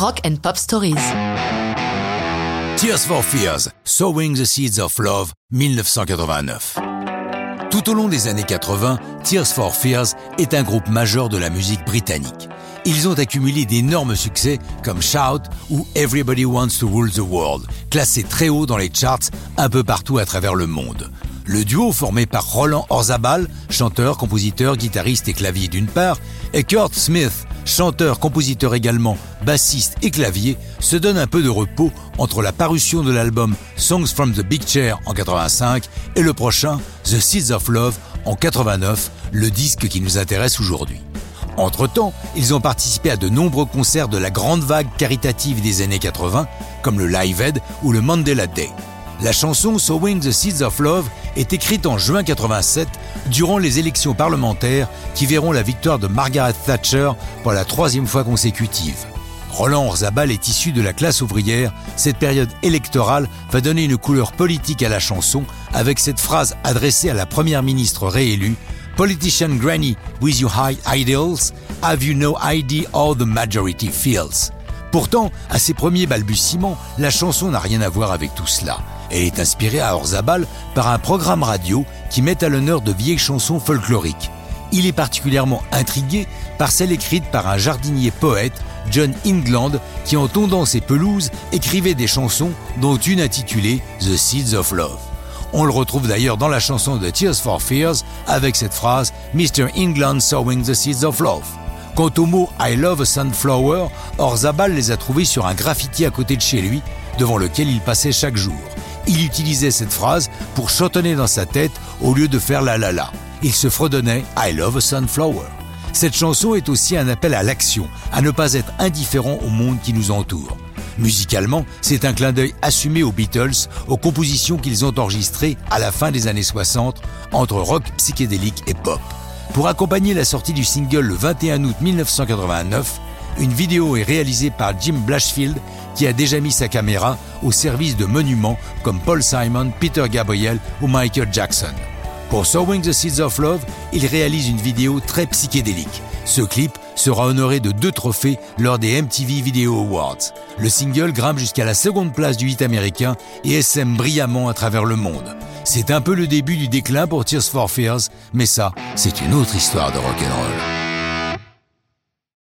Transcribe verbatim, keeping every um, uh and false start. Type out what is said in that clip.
Rock and Pop Stories. Tears for Fears, Sowing the Seeds of Love, dix-neuf cent quatre-vingt-neuf. Tout au long des années quatre-vingts, Tears for Fears est un groupe majeur de la musique britannique. Ils ont accumulé d'énormes succès comme Shout ou Everybody Wants to Rule the World, classés très haut dans les charts un peu partout à travers le monde. Le duo formé par Roland Orzabal, chanteur, compositeur, guitariste et clavier d'une part, et Kurt Smith, chanteur, compositeur également, bassiste et clavier, se donne un peu de repos entre la parution de l'album Songs from the Big Chair en quatre-vingt-cinq et le prochain The Seeds of Love en quatre-vingt-neuf, le disque qui nous intéresse aujourd'hui. Entre-temps, ils ont participé à de nombreux concerts de la grande vague caritative des années quatre-vingts, comme le Live Aid ou le Mandela Day. La chanson Sowing the Seeds of Love est écrite en juin quatre-vingt-sept, durant les élections parlementaires qui verront la victoire de Margaret Thatcher pour la troisième fois consécutive. Roland Orzabal est issu de la classe ouvrière. Cette période électorale va donner une couleur politique à la chanson avec cette phrase adressée à la première ministre réélue: Politician Granny, with your high ideals, have you no idea how the majority feels? Pourtant, à ses premiers balbutiements, la chanson n'a rien à voir avec tout cela. Elle est inspirée à Orzabal par un programme radio qui met à l'honneur de vieilles chansons folkloriques. Il est particulièrement intrigué par celle écrite par un jardinier poète, John England, qui en tondant ses pelouses écrivait des chansons dont une intitulée The Seeds of Love. On le retrouve d'ailleurs dans la chanson de Tears for Fears avec cette phrase « Mister England sowing the seeds of love ». Quant au mot « I love a sunflower », Orzabal les a trouvés sur un graffiti à côté de chez lui, devant lequel il passait chaque jour. Il utilisait cette phrase pour chantonner dans sa tête au lieu de faire la la la. Il se fredonnait « I love a sunflower ». Cette chanson est aussi un appel à l'action, à ne pas être indifférent au monde qui nous entoure. Musicalement, c'est un clin d'œil assumé aux Beatles, aux compositions qu'ils ont enregistrées à la fin des années soixante, entre rock psychédélique et pop. Pour accompagner la sortie du single le vingt et un août dix-neuf cent quatre-vingt-neuf, une vidéo est réalisée par Jim Blashfield, qui a déjà mis sa caméra au service de monuments comme Paul Simon, Peter Gabriel ou Michael Jackson. Pour Sowing the Seeds of Love, il réalise une vidéo très psychédélique. Ce clip sera honoré de deux trophées lors des M T V Video Awards. Le single grimpe jusqu'à la seconde place du hit américain et essaime brillamment à travers le monde. C'est un peu le début du déclin pour Tears for Fears, mais ça, c'est une autre histoire de rock'n'roll.